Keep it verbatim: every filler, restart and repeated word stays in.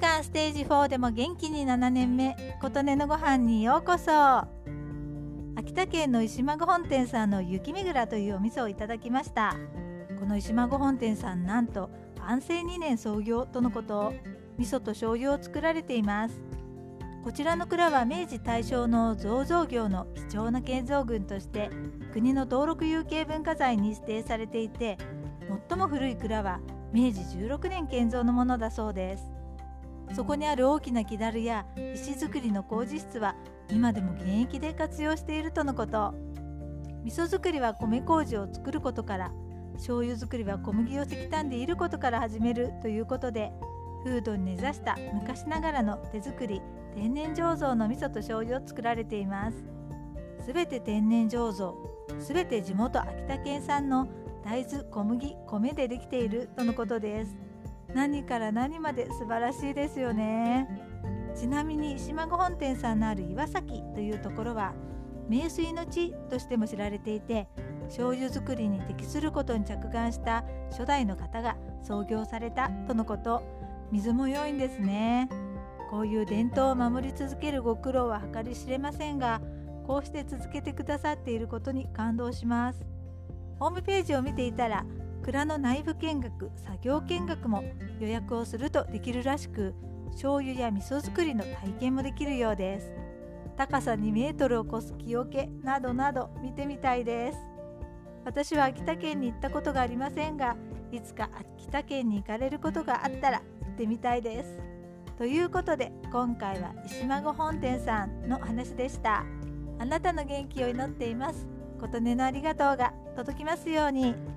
間ステージフォーでも元気にななねんめ、琴音のご飯にようこそ。秋田県の石間御本店さんの雪みぐらというお味噌をいただきました。この石間御本店さん、なんと安政にねん創業とのこと。味噌と醤油を作られています。こちらの蔵は明治大正の醸造業の貴重な建造群として国の登録有形文化財に指定されていて、最も古い蔵はめいじじゅうろくねん建造のものだそうです。そこにある大きな木だるや石造りの工事室は今でも現役で活用しているとのこと。味噌作りは米麹を作ることから、醤油作りは小麦を石炭で煎ることから始めるということで、風土に根ざした昔ながらの手作り天然醸造の味噌と醤油を作られています。すべて天然醸造、すべて地元秋田県産の大豆、小麦、米でできているとのことです。何から何まで素晴らしいですよね。ちなみに石間御本店さんのある岩崎というところは名水の地としても知られていて、醤油作りに適することに着眼した初代の方が創業されたとのこと。水も良いんですね。こういう伝統を守り続けるご苦労は計り知れませんが、こうして続けてくださっていることに感動します。ホームページを見ていたら、蔵の内部見学、作業見学も予約をするとできるらしく、醤油や味噌作りの体験もできるようです。高さにメートルを超す木桶などなど見てみたいです。私は秋田県に行ったことがありませんが、いつか秋田県に行かれることがあったら行ってみたいです。ということで、今回は石間御本店さんの話でした。あなたの元気を祈っています。琴音のありがとうが届きますように。